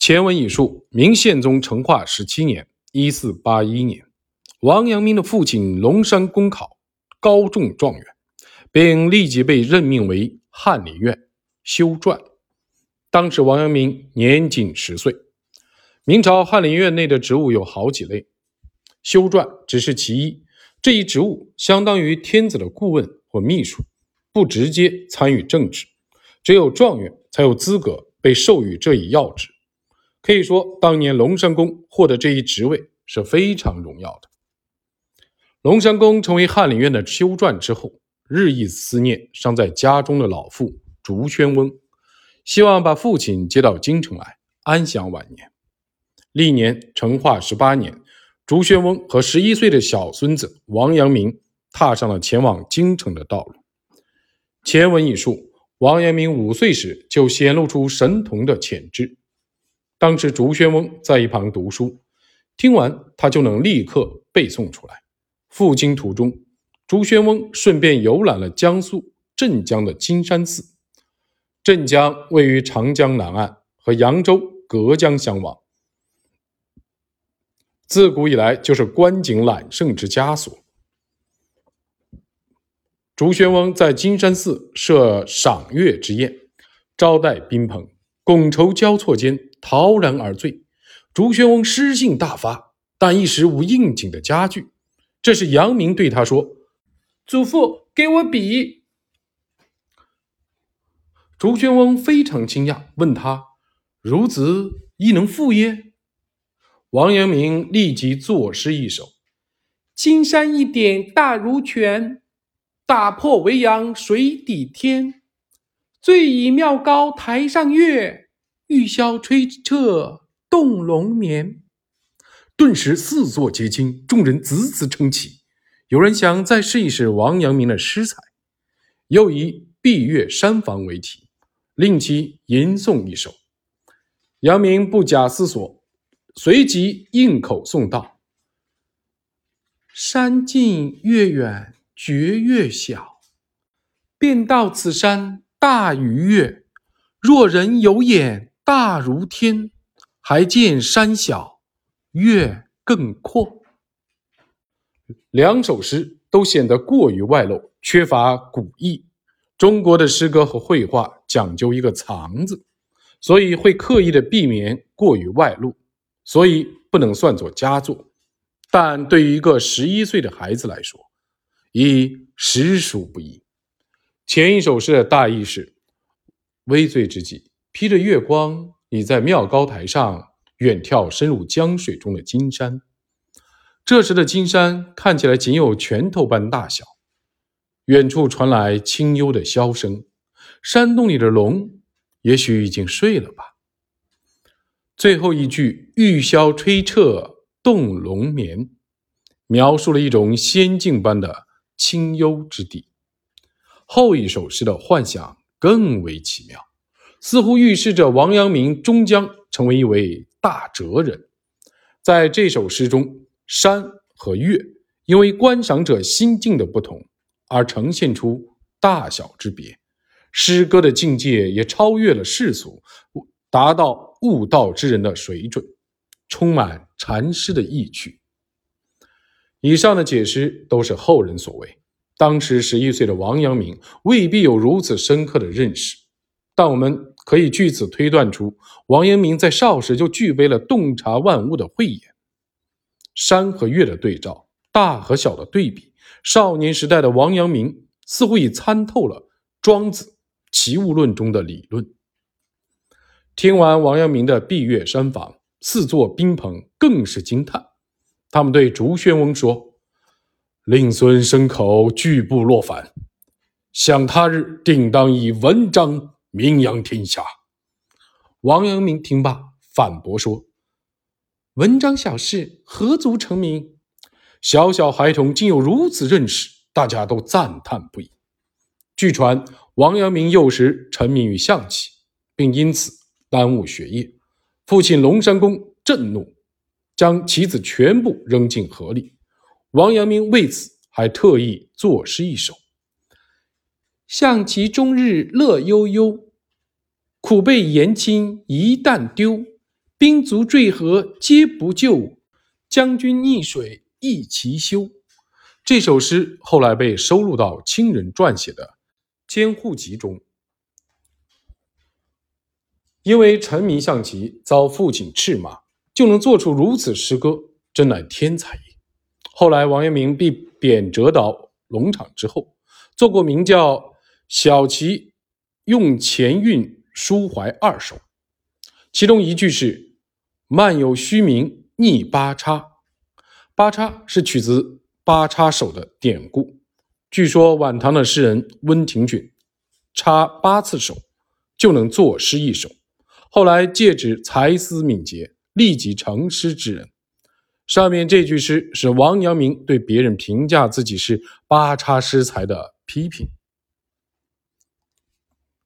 前文已述，明宪宗成化17年（1481年），王阳明的父亲龙山公考，高中状元，并立即被任命为翰林院修撰。当时王阳明年仅10岁。明朝翰林院内的职务有好几类，修撰只是其一。这一职务相当于天子的顾问或秘书，不直接参与政治，只有状元才有资格被授予这一要职。可以说，当年龙山公获得这一职位是非常荣耀的。龙山公成为翰林院的修撰之后，日益思念尚在家中的老父竹宣翁，希望把父亲接到京城来安享晚年。历年成化18年，竹宣翁和11岁的小孙子王阳明踏上了前往京城的道路。前文已述，王阳明5岁时就显露出神童的潜质。当时竹宣翁在一旁读书，听完他就能立刻背诵出来。赴京途中，竹宣翁顺便游览了江苏镇江的金山寺。镇江位于长江南岸，和扬州隔江相望，自古以来就是观景揽胜之佳所。竹宣翁在金山寺设赏月之宴，招待宾朋，觥筹交错间，陶然而醉。竹宣翁诗兴大发，但一时无应景的佳句。这时阳明对他说：“祖父，给我笔。”竹宣翁非常惊讶，问他：“孺子亦能赋耶？”王阳明立即作诗一首：“金山一点大如拳，大破维扬水底天。醉倚庙高台上月，玉箫吹彻动龙眠。”顿时四座皆惊，众人啧啧称奇。有人想再试一试王阳明的诗才，又以闭月山房为题，令其吟诵一首。阳明不假思索，随即应口诵道：“山近月远觉月小，便道此山大于月。若人有眼大如天，还见山小月更阔。”两首诗都显得过于外露，缺乏古意。中国的诗歌和绘画讲究一个藏字，所以会刻意的避免过于外露，所以不能算作佳作。但对于一个11岁的孩子来说，已实属不易。前一首诗的大意是：微醉之际，披着月光，你在庙高台上远眺深入江水中的金山。这时的金山看起来仅有拳头般大小，远处传来清幽的箫声，山洞里的龙也许已经睡了吧。最后一句玉箫吹彻动龙眠，描述了一种仙境般的清幽之地。后一首诗的幻想更为奇妙，似乎预示着王阳明终将成为一位大哲人。在这首诗中，山和月因为观赏者心境的不同而呈现出大小之别，诗歌的境界也超越了世俗，达到悟道之人的水准，充满禅师的意趣。以上的解释都是后人所为，当时11岁的王阳明未必有如此深刻的认识，但我们可以据此推断出，王阳明在少时就具备了洞察万物的慧眼。山和月的对照，大和小的对比，少年时代的王阳明似乎已参透了庄子齐物论中的理论。听完王阳明的闭月山房，四座宾朋更是惊叹，他们对竹宣翁说：“令孙牲口巨不落凡，想他日定当以文章名扬天下。”王阳明听罢反驳说：“文章小事，何足成名？小小孩童竟有如此认识，大家都赞叹不已。”据传王阳明幼时沉迷于象棋，并因此耽误学业。父亲龙山公震怒，将棋子全部扔进河里。王阳明为此还特意作诗一首：“象棋终日乐悠悠，苦被颜亲一旦丢。 兵卒坠河皆不救，将军溺水亦其休。这首诗后来被收录到清人撰写的《监护集》中。因为沉迷象棋，遭父亲斥骂，就能做出如此诗歌，真乃天才也。后来王阳明被贬谪到龙场之后，做过名叫《小棋用前韵抒怀2首，其中一句是慢有虚名逆八叉。八叉是取自八叉手的典故，据说晚唐的诗人温庭筠插8次手就能作诗1首，后来借指才思敏捷，立即成诗之人。上面这句诗是王阳明对别人评价自己是八叉诗才的批评。